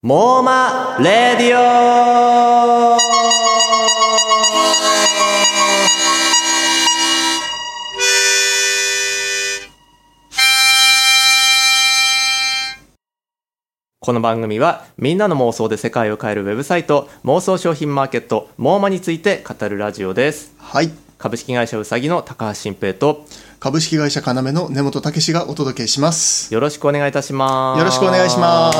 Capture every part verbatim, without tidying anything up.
モーマレディオ。この番組はみんなの妄想で世界を変えるウェブサイト妄想商品マーケットモーマについて語るラジオです。 はい、 株式会社うさぎの高橋新平と株式会社かなめの根本武史がお届けします。 よろしくお願いいたします。 よろしくお願いします。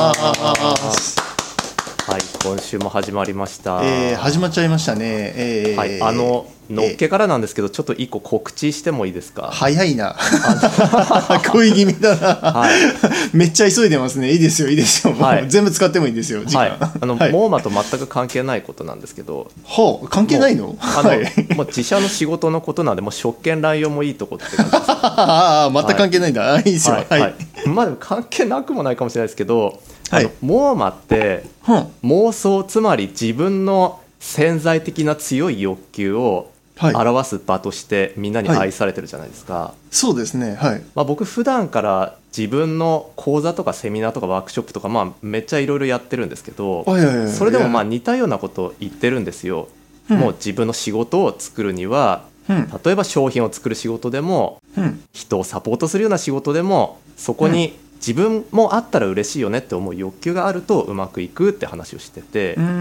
はい、今週も始まりました。 えー、始まっちゃいましたね。えー、 はい、あののっけからなんですけど、ちょっと一個告知してもいいですか？ 早いな恋気味だな、はい、めっちゃ急いでますね。いいですよいいですよ、はい、全部使ってもいいんですよ時間、はい、あの、 はい、モーマと全く関係ないことなんですけど。 はあ、関係ないの？ あの、はい、もう自社の仕事のことなんで、もう職権乱用もいいとこって感じですああ、全く関係ないんだ、はい、いいですよ、はいはいはい、 まあでも関係なくもないかもしれないですけど、はい、あのモーマって、うん、妄想、つまり自分の潜在的な強い欲求を表す場としてみんなに愛されてるじゃないですか、はいはい、 そうですね、はい。 まあ、僕普段から自分の講座とかセミナーとかワークショップとか、まあ、めっちゃいろいろやってるんですけど、はいはいはい、それでもまあ似たようなことを言ってるんですよ、うん、もう自分の仕事を作るには、うん、例えば商品を作る仕事でも、うん、人をサポートするような仕事でもそこに自分もあったら嬉しいよねって思う欲求があるとうまくいくって話をしてて、うん、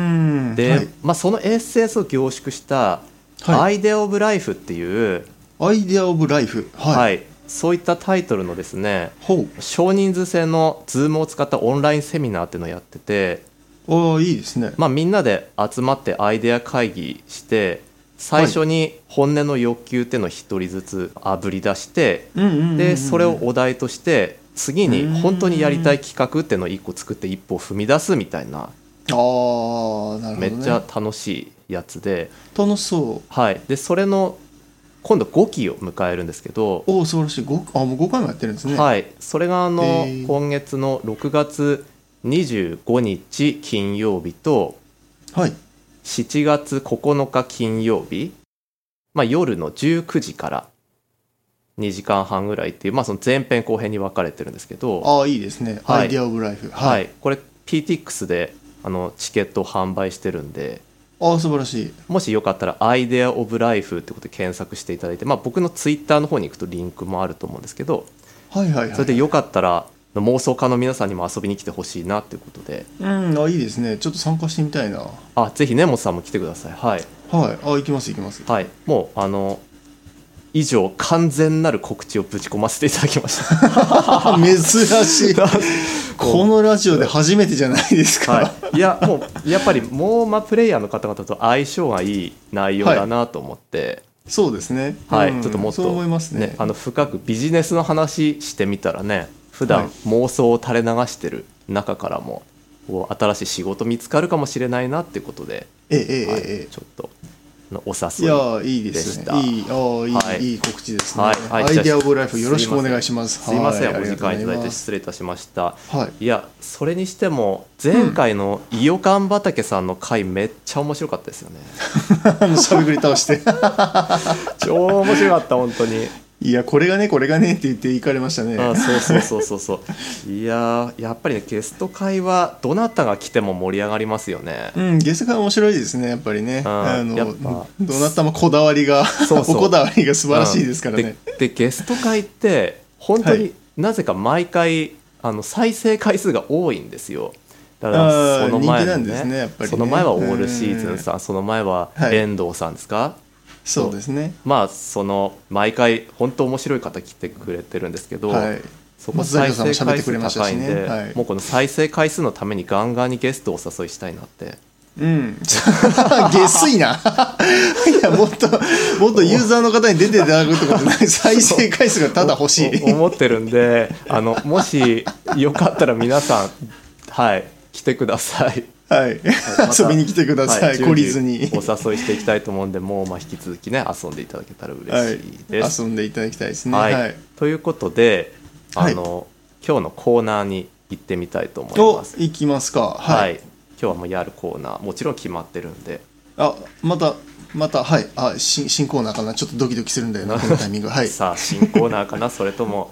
で、はい、まあ、そのエッセンスを凝縮したアイデアオブライフっていう、 アイデアオブライフ、はいはい、 そういったタイトルのですね、少人数制の Zoom を使ったオンラインセミナーっていうのをやってて、 おいいですね、 まあ、みんなで集まってアイデア会議して最初に本音の欲求っていうのを一人ずつあぶり出して、でそれをお題として次に本当にやりたい企画っていうのを一個作って一歩踏み出すみたいな、 あー、なるほどね、 めっちゃ楽しいやつで、 楽しそう、 はい、でそれの今度ごきを迎えるんですけど、 お素晴らしい、ごあもうごかいもやってるんですね、 はい、それがあの、えー、今月のろくがつにじゅうごにち金曜日と、はい、しちがつここのか金曜日、まあ、夜のじゅうくじからにじかんはんぐらいっていう、まあ、その前編後編に分かれてるんですけど、 ああいいですね、はい、アイデアオブライフ、 はいはい、これ ピーティーエックス であのチケットを販売してるんで、 あ素晴らしい、 もしよかったらアイデアオブライフってことで検索していただいて、まあ、僕のツイッターの方に行くとリンクもあると思うんですけど、はいはいはいはい、それでよかったら妄想家の皆さんにも遊びに来てほしいなっていうことで、 うん、あいいですね、ちょっと参加してみたいな、 あぜひ根本さんも来てください、はい、 はい、あ行きます行きます、 はい、もうあの以上完全なる告知をぶち込ませていただきました珍しいこのラジオで初めてじゃないですか、 はい、いやもうやっぱりモーマプレイヤーの方々と相性がいい内容だなと思って、はい、 そうですね、 はい、 うん、 ちょっともっと、 そう思いますね、 あの深くビジネスの話してみたらね、普段妄想を垂れ流してる中からもこう新しい仕事見つかるかもしれないなっていうことで、 えええはい、 えちょっとのお誘いでした。 いやいいですね、いい、あいい、はい、いい告知ですね、はいはい、アイデアオブライフよろしくお願いします。 すいません、はい、お時間いただいて失礼いたしました、はい、いやそれにしても前回の伊予館畑さんの回めっちゃ面白かったですよねしゃべくり倒して超面白かった本当に。 いやこれがねこれがねって言って行かれましたね。 あそうそうそうそうそういややっぱりねゲスト会はどなたが来ても盛り上がりますよね。 うんゲスト会面白いですねやっぱりね、あのやっぱどなたもこだわりがそうそうおこだわりが素晴らしいですからね。 で, でゲスト会って本当になぜか毎回、はい、あの再生回数が多いんですよ。だからその前の ね, ね, ねその前はオールシーズンさん、その前は遠藤さんですか、はいそうですね、 まあその毎回本当面白い方来てくれてるんですけど、はい、そこ再生回数高いんで、 はい、もうこの再生回数のためにガンガンにゲストをお誘いしたいなって。 うん下水ないやもっともっとユーザーの方に出ていただくってことない再生回数がただ欲しい思ってるんで、あのもしよかったら皆さんはい来てください。 はい、遊びに来てください、はい、懲りずにお誘いしていきたいと思うんで、もうまあ引き続きね遊んでいただけたら嬉しいです、 はい、遊んでいただきたいですね、 はいはい、 ということであの、はい、今日のコーナーに行ってみたいと思います。 行きますか、はい、はい、 今日はもうやるコーナーもちろん決まってるんで、 あまたまたはいあ 新, 新コーナーかな、ちょっとドキドキするんだよなこのタイミング、はい、 さあ新コーナーかなそれとも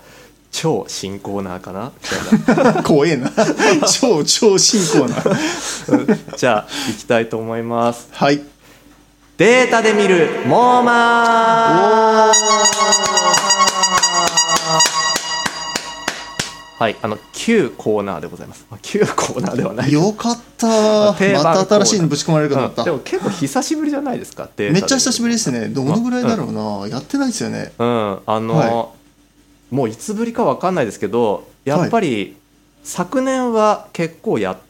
超新コーナーかな怖えな超超新コーナーじゃあ行きたいと思います。 はい。 データで見るモーマー。はい、あの旧コーナーでございます。旧コーナーではない。 よかったまた新しいのぶち込まれるかと思った、うん、 でも結構久しぶりじゃないですか。データでめっちゃ久しぶりですね。どのぐらいだろうな、うん、やってないですよね。 うんあの、はい、もういつぶりか分かんないですけど、やっぱり昨年は結構やって、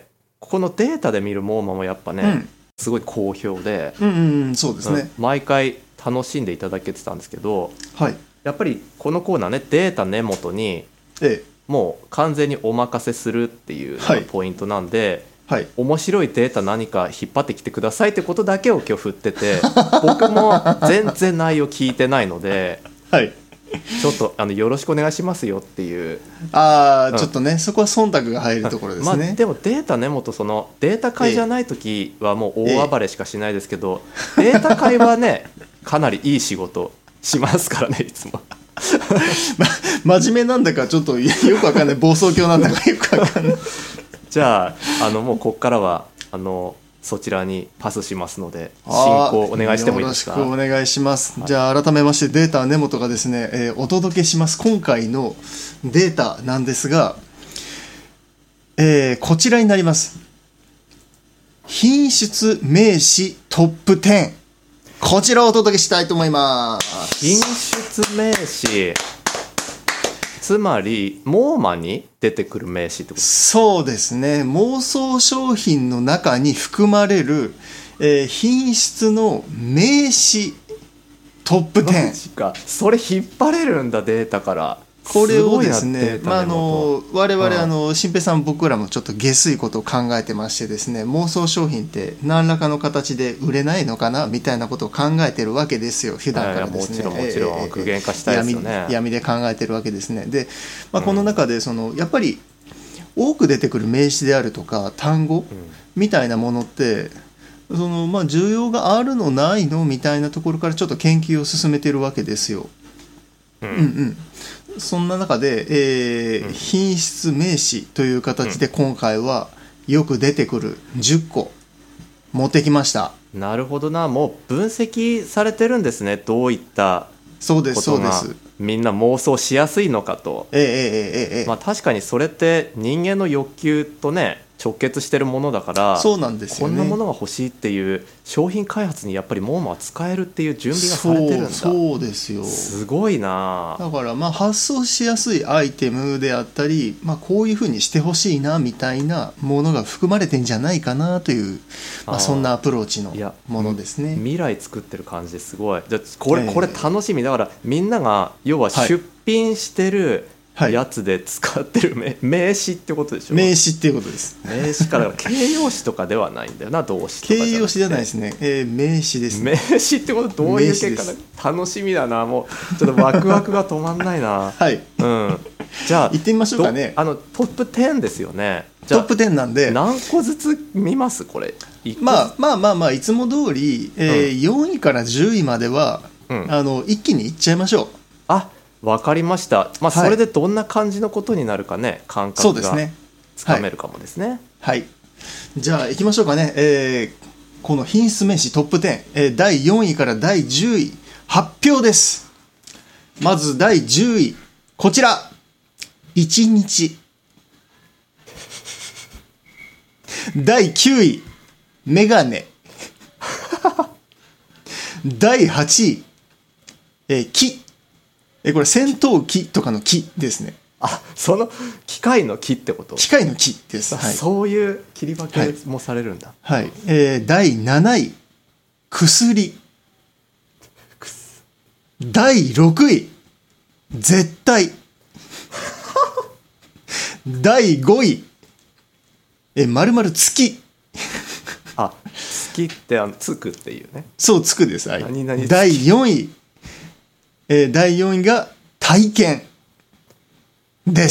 このデータで見るモーマもやっぱね、うん、すごい好評で、 うんうん、そうですね、 うん、毎回楽しんでいただけてたんですけど、 はい、 やっぱりこのコーナーね、データ根元に、 ええ、 もう完全にお任せするっていうのがポイントなんで、 はい、 面白いデータ何か引っ張ってきてくださいってことだけを今日振ってて僕も全然内容聞いてないので、 はい、 ちょっとあのよろしくお願いしますよっていう。 ああ、うん、ちょっとねそこは忖度が入るところですね。 まあ、でもデータ根元、そのデータ会じゃない時はもう大暴れしかしないですけど、ええ、データ会はねかなりいい仕事しますからね、いつもま、真面目なんだかちょっとよくわかんない暴走狂なんだかよくわかんないじゃあ、あのもうここからはあのそちらにパスしますので進行お願いしてもいいですか。 よろしくお願いします、はい、じゃあ改めましてデータ根元がですね、えー、お届けします今回のデータなんですが、えー、こちらになります。品質名詞トップじゅう、こちらをお届けしたいと思います。 品質名詞、つまりモーマに出てくる名詞ってこと。 そうですね。妄想商品の中に含まれる、えー、品質の名詞トップじゅう。 マジか、それ引っ張れるんだデータから。 これをですね、まあ、あの我々、あの新平さん僕らもちょっと下水ことを考えてましてですね、妄想商品って何らかの形で売れないのかなみたいなことを考えてるわけですよ、普段からですね。 もちろんもちろん具現化したいですよね。 闇、闇で考えてるわけですね。で、まあ、この中でそのやっぱり多く出てくる名詞であるとか単語みたいなものって、そのまあ需要があるのないのみたいなところからちょっと研究を進めてるわけですよ。うんうん、そんな中で、えーうん、品質名詞という形で今回はよく出てくるじゅっこ持ってきました。 なるほどな、もう分析されてるんですね。どういったことがみんな妄想しやすいのかと。 えーえーえーえーまあ、確かにそれって人間の欲求とね直結してるものだから、 そうなんですよね、 こんなものが欲しいっていう商品開発にやっぱりモーマは使えるっていう準備がされてるんだ。 そう、そうですよ。 すごいな。 だからまあ発送しやすいアイテムであったり、まあ、こういう風にしてほしいなみたいなものが含まれてんじゃないかなという、まあ、そんなアプローチのものですね。 未来作ってる感じですごい。じゃこれ、これ楽しみだから、みんなが要は出品してる、はい、やつで使ってる名詞ってことでしょ。 名詞っていうことです。 名詞から形容詞とかではないんだよな、動詞とかじゃなくて。 形容詞じゃないですね、えー、名詞ですね。 名詞ってことどういう結果か楽しみだな。もうちょっとワクワクが止まんないなはい、 うん、じゃあ行ってみましょうかね。 あのトップじゅうですよね。 トップじゅうなんで何個ずつ見ますこれ。 まあまあまあまあいつも通り、えーうん、よんいからじゅういまでは、うん、あの一気にいっちゃいましょう。 あ、分かりました、まあ、それでどんな感じのことになるかね、感覚がつかめるかもですね。 はい、はい、じゃあいきましょうかね、えー、この品質名詞トップじゅう、えー、だいよんいからだいじゅうい発表です。まずだいじゅういこちら、いちにち。だいきゅういメガネ。だいはちい、えー、木。えこれ戦闘機とかの木ですね。 あ、その機械の木ってこと。 機械の木です、はい、 そういう切り分けもされるんだ。 はい、はい、えー、だいなない薬。だいろくい絶対。だいごいえまるまる月。 あ、月ってあのつくっていうね。 そう、つくです、はい、 何々 だいよんい、えー、だいよんいが体験です。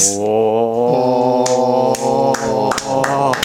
おー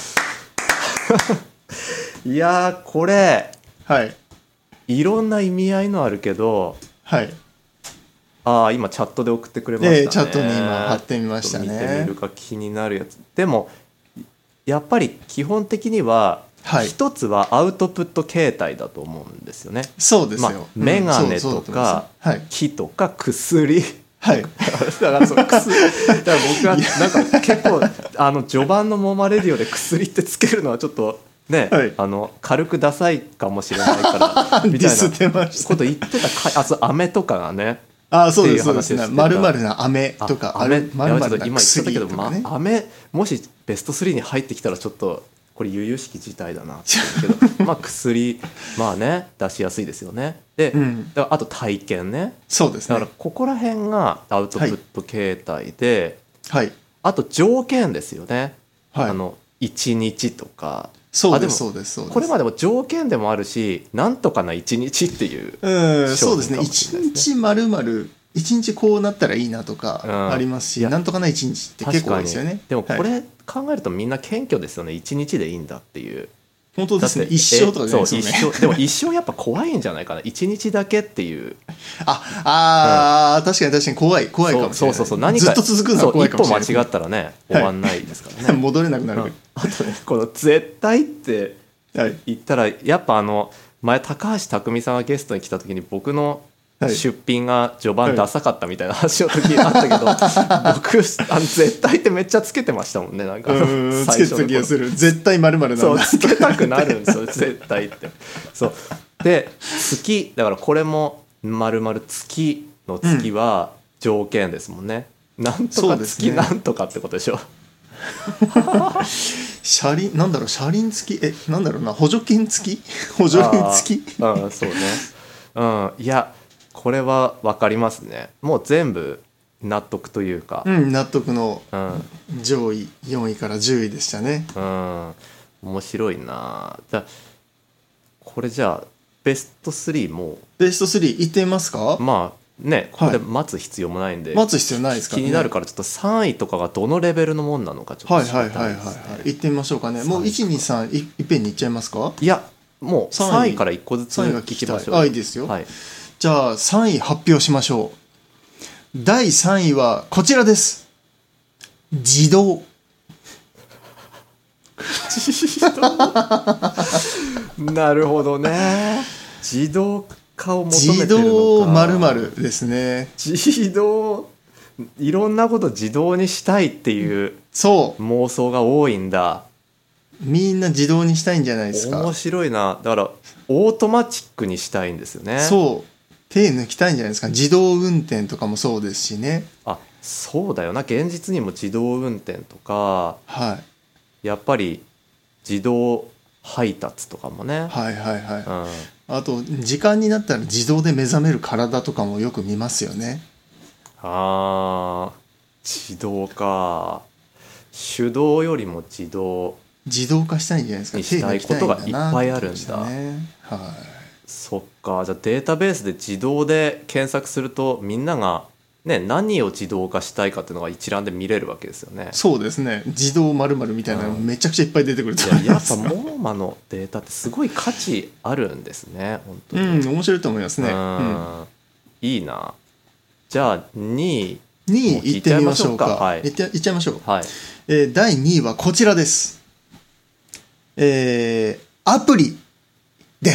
いやーこれ、 はい、 いろんな意味合いのあるけど、 はい、 ああ今チャットで送ってくれましたね、 えー、チャットに今貼ってみましたね。 見てみるか気になるやつでもやっぱり基本的には一つはアウトプット形態だと思うんですよね。 そうですよ、 まあ、メガネとか木とか薬はい、 だからそう薬だから僕はなんか結構あの序盤のモマレディオで薬ってつけるのはちょっとね、はい、あの軽くダサいかもしれないからみたいなこと言ってたかあそう飴とかがねあそうですそうですねまるまるな飴とか飴まるまるな今言ってたけど、 ねま、飴もしベストスリーに入ってきたらちょっとこれ由々しき事態だなって言うけどまあ薬まあね出しやすいですよね。で、うん、だからあと体験ね。 そうですね。 だからここら辺がアウトプット形態で、 はい、 あと条件ですよね。 はい、 あのいちにちとか。 そうですそうですそうです。 これまでも条件でもあるしなんとかないちにちっていう、 うん、そうですね。いちにちまるまるいちにちこうなったらいいなとかありますし、うん、なんとかないいちにちって結構多いですよね。 でもこれ考えるとみんな謙虚ですよね。いちにちでいいんだっていう。 本当ですね。一生とかじゃないですよね。 そう一生でも一生やっぱ怖いんじゃないかな。いちにちだけっていう。 ああ、うん、確かに確かに怖い怖いかもしれない。 そうそうそう何かずっと続くのは怖いかもしれない。 一歩間違ったらね終わんないですからね。 はい、戻れなくなる、うん、 あとねこの絶対って言ったら、はい、やっぱあの前高橋匠さんがゲストに来た時に僕の出品が序盤ダサかったみたいな話の時あったけど、はい、僕あの絶対ってめっちゃつけてましたもんね。なんかうん最初のつけてた気がする。絶対〇〇なんだ。 そうつけたくなるんですよ絶対ってそうで月だからこれも〇〇月の月は条件ですもんね、うん、なんとか月なんとかってことでしょ。 車輪なんだろう車輪付きえなんだろうな補助金付き補助輪付きああそうねうんいやこれは分かりますね。もう全部納得というか、 うん、納得の上位、うん、よんいからじゅういでしたね。 うん面白いな。じゃこれじゃあベストスリーもベストスリーいってみますか。 まあねここで待つ必要もないんで、はい、 待つ必要ないですからね。 気になるからちょっとさんいとかがどのレベルのもんなのかちょっと知りたいですね。 はいはいはいはいいってみましょうかね。もういちにさん い, いっぺんにいっちゃいますか。 いやもうさんいからいっこずつ聞きましょう。 あいいですよ、 はい、 じゃあさんい発表しましょう。だいさんいはこちらです。自動自動なるほどね。自動化を求めてるのか。 自動〇〇ですね。 自動いろんなこと自動にしたいっていう妄想が多いんだ。 みんな自動にしたいんじゃないですか。 面白いな。だからオートマチックにしたいんですよね。 そう手抜きたいんじゃないですか。自動運転とかもそうですしね。 あそうだよな。現実にも自動運転とか、 はい、 やっぱり自動配達とかもね。 はいはいはい、うん、あと時間になったら自動で目覚める体とかもよく見ますよね。 あー自動か。手動よりも自動自動化したいんじゃないですか。 にしたいことがいっぱいあるんだ、 ね、はい、 そっか。じゃあデータベースで自動で検索するとみんなが、ね、何を自動化したいかっていうのが一覧で見れるわけですよね。 そうですね。自動〇〇みたいなのめちゃくちゃいっぱい出てくると思います。 やっぱモーマのデータってすごい価値あるんですね本当に。 うん面白いと思いますね。うん、 いいな。じゃあにいにいいってみましょうか。はい、いっちゃいましょう、はいえー、だいにいはこちらです。えー、アプリです。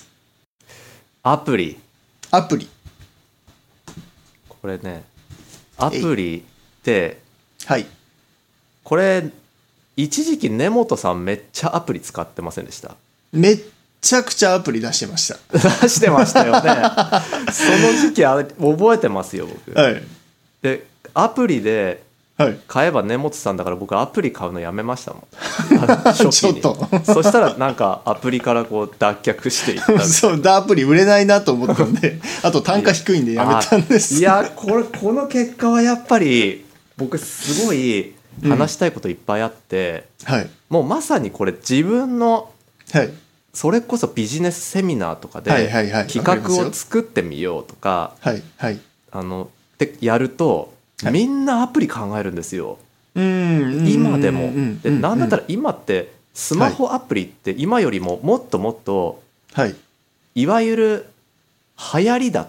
アプリアプリこれねアプリってはいこれ一時期根本さんめっちゃアプリ使ってませんでした？ めっちゃくちゃアプリ出してました。 出してましたよね。その時期あれ覚えてますよ僕。 はいでアプリで買えば根本さんだから僕アプリ買うのやめましたもん初期に。 ちょっとそしたらなんかアプリからこう脱却していったんです。 そうアプリ売れないなと思ったんであと単価低いんでやめたんです。 いやこれこの結果はやっぱり僕すごい話したいこといっぱいあって、 うんはい、 もうまさにこれ自分の、 はい、 それこそビジネスセミナーとかで企画を作ってみようとか、 はいはい、 あのでやるとみんなアプリ考えるんですよ、 はい、 今でも。でなんだったら今ってスマホアプリって今よりももっともっと、はい、いわゆる流行りだったっ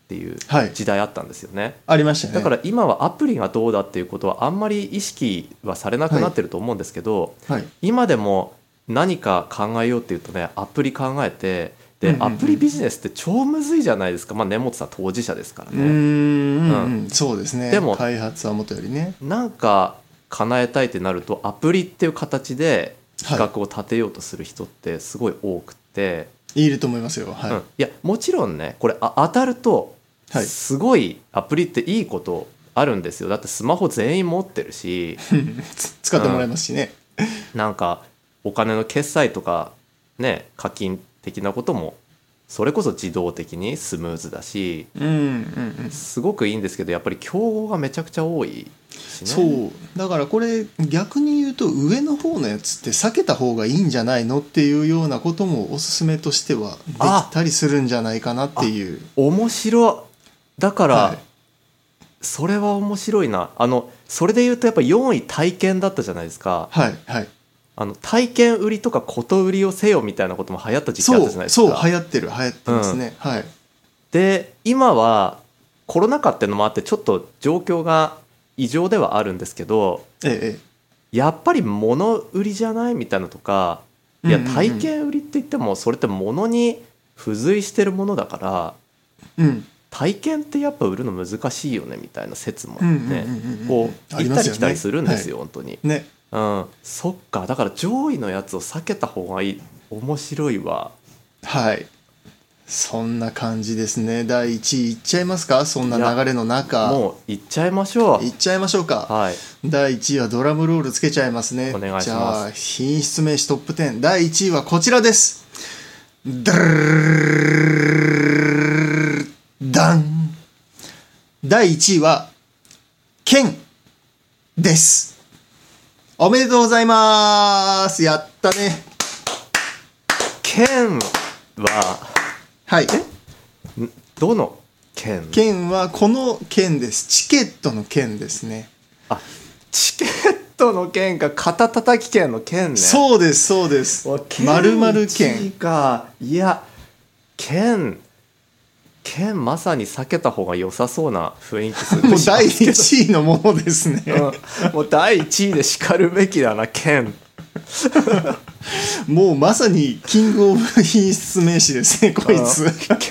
っていう時代あったんですよね、はい、 ありましたね。 だから今はアプリがどうだっていうことはあんまり意識はされなくなってると思うんですけど、はいはい、今でも何か考えようっていうとねアプリ考えてで、うんうんうん、アプリビジネスって超むずいじゃないですか、まあ、根本さん当事者ですからね。 うーん、うん、そうですね。 でも開発はもとよりねなんか叶えたいってなるとアプリっていう形で企画を立てようとする人ってすごい多くて、 はい、いると思いますよ、はいうん、いやもちろんねこれあ当たるとすごいアプリっていいことあるんですよ。だってスマホ全員持ってるし使ってもらえますしね、 うん、なんかお金の決済とかね課金的なこともそれこそ自動的にスムーズだし、うんうんうん、すごくいいんですけどやっぱり競合がめちゃくちゃ多いしね。 そうだからこれ逆に言うと上の方のやつって避けた方がいいんじゃないのっていうようなこともおすすめとしてはできたりするんじゃないかなっていう。 面白い。だから、はい、それは面白いな。あのそれで言うとやっぱよんい体験だったじゃないですか。 はいはいあの体験売りとかこと売りをせよみたいなことも流行った時期あったじゃないですか。 そうそう流行ってる流行ってますね、うん、はい。 で今はコロナ禍っていうのもあってちょっと状況が異常ではあるんですけど、ええ、やっぱり物売りじゃないみたいなとか、いや体験売りって言ってもそれって物に付随してるものだから、うん、体験ってやっぱ売るの難しいよねみたいな説もねこう行ったり来たりするんですよ、はい、本当に、ねうん、そっかだから上位のやつを避けた方がいい。面白いわ。 はいそんな感じですね。だいいちいいっちゃいますか。そんな流れの中もういっちゃいましょう。 いっちゃいましょうか、はい、だいいちいはドラムロールつけちゃいますね。 お願いします。 じゃあ品質名詞トップじゅうだいいちいはこちらです。ダルダンだいいちいは剣です。おめでとうございます。やったね。 剣ははいどの剣？ 剣はこの剣です。チケットの剣ですね。 あチケットの剣か。肩たたき剣の剣ね。 そうですそうです。丸々剣か。いや剣剣まさに避けた方が良さそうな雰囲気する。 もうだいいちいのものですね、 うん、もうだいいちいでしかるべきだな剣。 もうまさにキングオブ品質名詞ですねこいつ。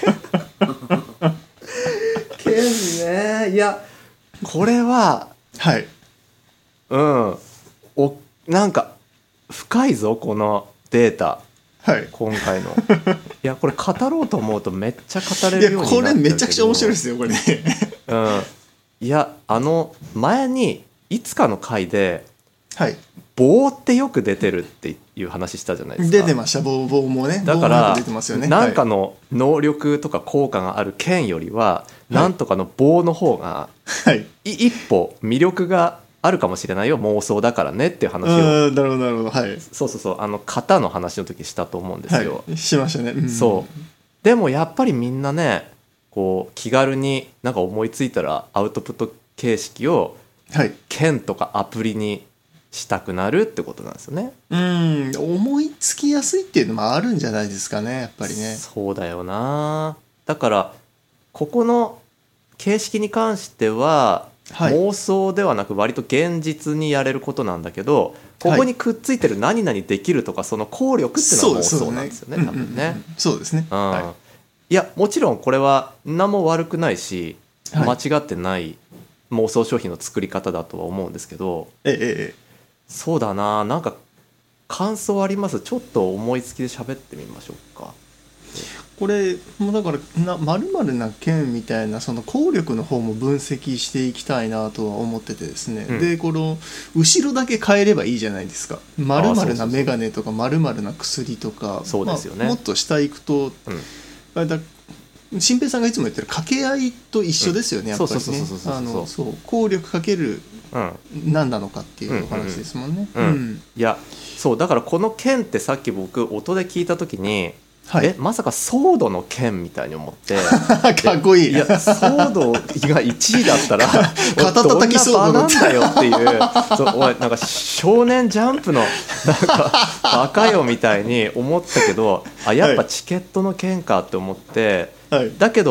剣ね。いやこれははいうんおなんか深いぞこのデータ。はい、今回のいやこれ語ろうと思うとめっちゃ語れるようになっちゃうけど。 いやこれめちゃくちゃ面白いですよこれね、 うん、いやあの前にいつかの回で、はい、棒ってよく出てるっていう話したじゃないですか。 出てました。棒棒もね。 だから出てますよね。 なんかの能力とか効果がある剣よりは、はい、なんとかの棒の方が、はい、一歩魅力があるかもしれないよ。妄想だからねっていう話を。 なるほどなるほど。はい。 そうそうそうあの型の話の時したと思うんですよ。 はい、しましたね。うん、 そうでもやっぱりみんなねこう気軽になんか思いついたらアウトプット形式を剣とかアプリにしたくなるってことなんですよね。 うん思いつきやすいっていうのもあるんじゃないですかねやっぱりね。 そうだよな。だからここの形式に関しては、はい、妄想ではなく割と現実にやれることなんだけどここにくっついてる何々できるとかその効力っていうのは妄想なんですよね多分ね。 そうですね、うんはい、いやもちろんこれは何も悪くないし、はい、間違ってない妄想商品の作り方だとは思うんですけど、ええ、そうだな。なんか感想あります？ちょっと思いつきで喋ってみましょうか。 これもうだからな丸々な剣みたいなその効力の方も分析していきたいなとは思っててですね、うん、でこの後ろだけ変えればいいじゃないですか。丸々なメガネとか丸々な薬とかそうですよね、 まあ、もっと下行くと、うん、だ新平さんがいつも言ってる掛け合いと一緒ですよね、うん、やっぱりね。効力かける何なのかっていうお話ですもんね。 いやそうだからこの剣ってさっき僕音で聞いた時にはい、えまさかソードの剣みたいに思ってかっこいい。 いやソードがいちいだったら肩たたきソードなんだよっていうそうおいなんか少年ジャンプのなんかバカよみたいに思ったけどあやっぱチケットの剣かって思って、はい、だけど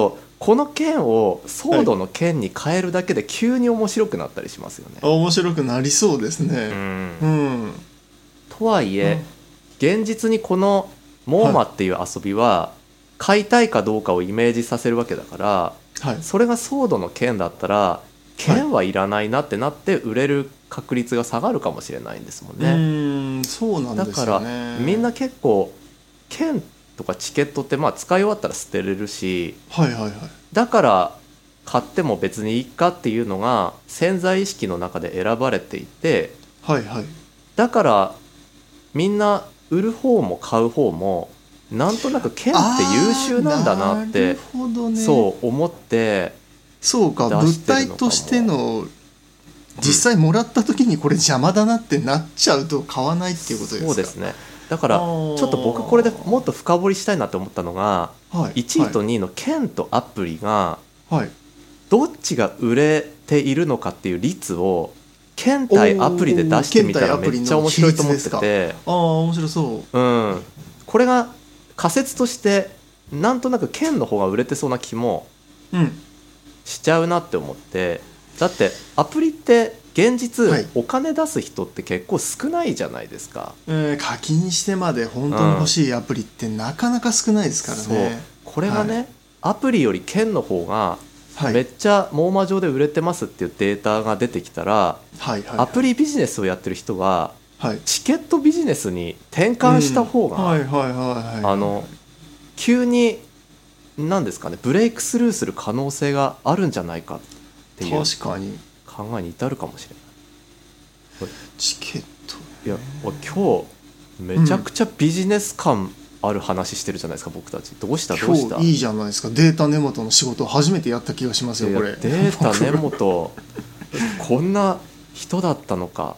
この剣をソードの剣に変えるだけで急に面白くなったりしますよね、 はい、面白くなりそうですね。うん、うん、 とはいえ、うん、現実にこのモーマっていう遊びは買いたいかどうかをイメージさせるわけだから、はい、それがソードの剣だったら剣はいらないなってなって売れる確率が下がるかもしれないんですもんね。 うーん、そうなんですよね。 だからみんな結構剣とかチケットってまあ使い終わったら捨てれるし、 はいはいはい、 だから買っても別にいいかっていうのが潜在意識の中で選ばれていて、 はいはい、 だからみんな売る方も買う方もなんとなく剣って優秀なんだなって、 なるほどね、 そう思ってそうか、物体としての実際もらった時にこれ邪魔だなってなっちゃうと買わないっていうことですか。 そうですね。だからちょっと僕これでもっと深掘りしたいなって思ったのが、はい、いちいとにいの剣とアプリがどっちが売れているのかっていう率を剣対アプリで出してみたらめっちゃ面白いと思ってて、 ああ面白そう、 うん、これが仮説としてなんとなく剣の方が売れてそうな気もしちゃうなって思って、だってアプリって現実、はい、お金出す人って結構少ないじゃないですか、 えー、課金してまで本当に欲しいアプリってなかなか少ないですからね、 うん、そうこれがね、はい、アプリより剣の方がめっちゃモーマ上で売れてますっていうデータが出てきたら、はいはいはい、アプリビジネスをやってる人は、はい、チケットビジネスに転換した方があの急に何ですかねブレイクスルーする可能性があるんじゃないかっていう確かに考えに至るかもしれない。 チケット、 いや今日めちゃくちゃビジネス感ある話してるじゃないですか、うん、僕たちどうしたどうした。 今日いいじゃないですか。データ根元の仕事を初めてやった気がしますよこれ。 データ根元こんな人だったのか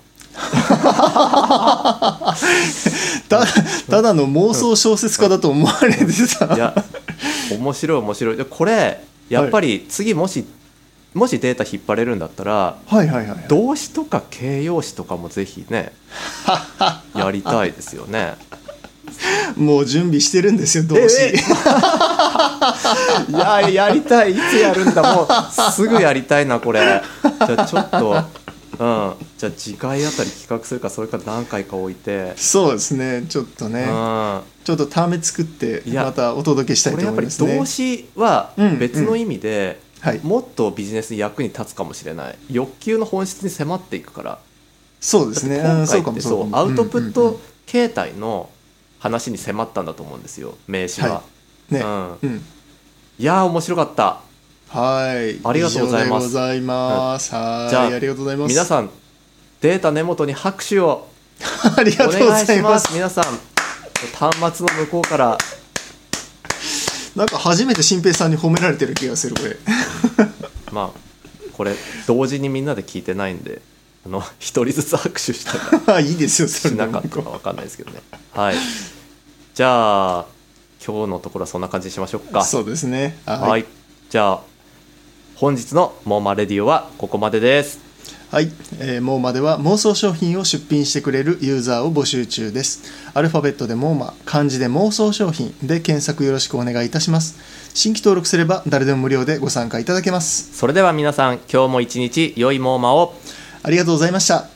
た, ただの妄想小説家だと思われてさいや面白い面白い。でこれやっぱり次もし、はい、もしデータ引っ張れるんだったら、はいはいはいはい、動詞とか形容詞とかもぜひねやりたいですよね。 もう準備してるんですよ動詞、ええいややりたい。いつやるんだ。もうすぐやりたいなこれ。じゃあちょっと、うん、じゃあ次回あたり企画するかそれから何回か置いて。 そうですねちょっとね、うん、ちょっとため作ってまたお届けしたいと思いますね。 これやっぱり動詞は別の意味で、うんうんはい、もっとビジネスに役に立つかもしれない。欲求の本質に迫っていくから。 そうですね。 今回ってそうアウトプット形態の話に迫ったんだと思うんですよ名詞は、はいねうんうん、いや面白かった。 はいありがとうございます。 以上でございます、うん、はいじゃあありがとうございます。 皆さんデータ根元に拍手をありがとうございます。お願いします。 皆さん端末の向こうからなんか初めて新平さんに褒められてる気がするこれまあこれ同時にみんなで聞いてないんであの一人ずつ拍手したらいいですよそれしなかったか分かんないですけどねはいじゃあ今日のところはそんな感じにしましょうか。 そうですねはい、はい、じゃあ本日のモーマレディオはここまでです。 はい、えー、モーマでは妄想商品を出品してくれるユーザーを募集中です。アルファベットでモーマ、漢字で妄想商品で検索よろしくお願いいたします。新規登録すれば誰でも無料でご参加いただけます。 それでは皆さん今日も一日良いモーマを。 ありがとうございました。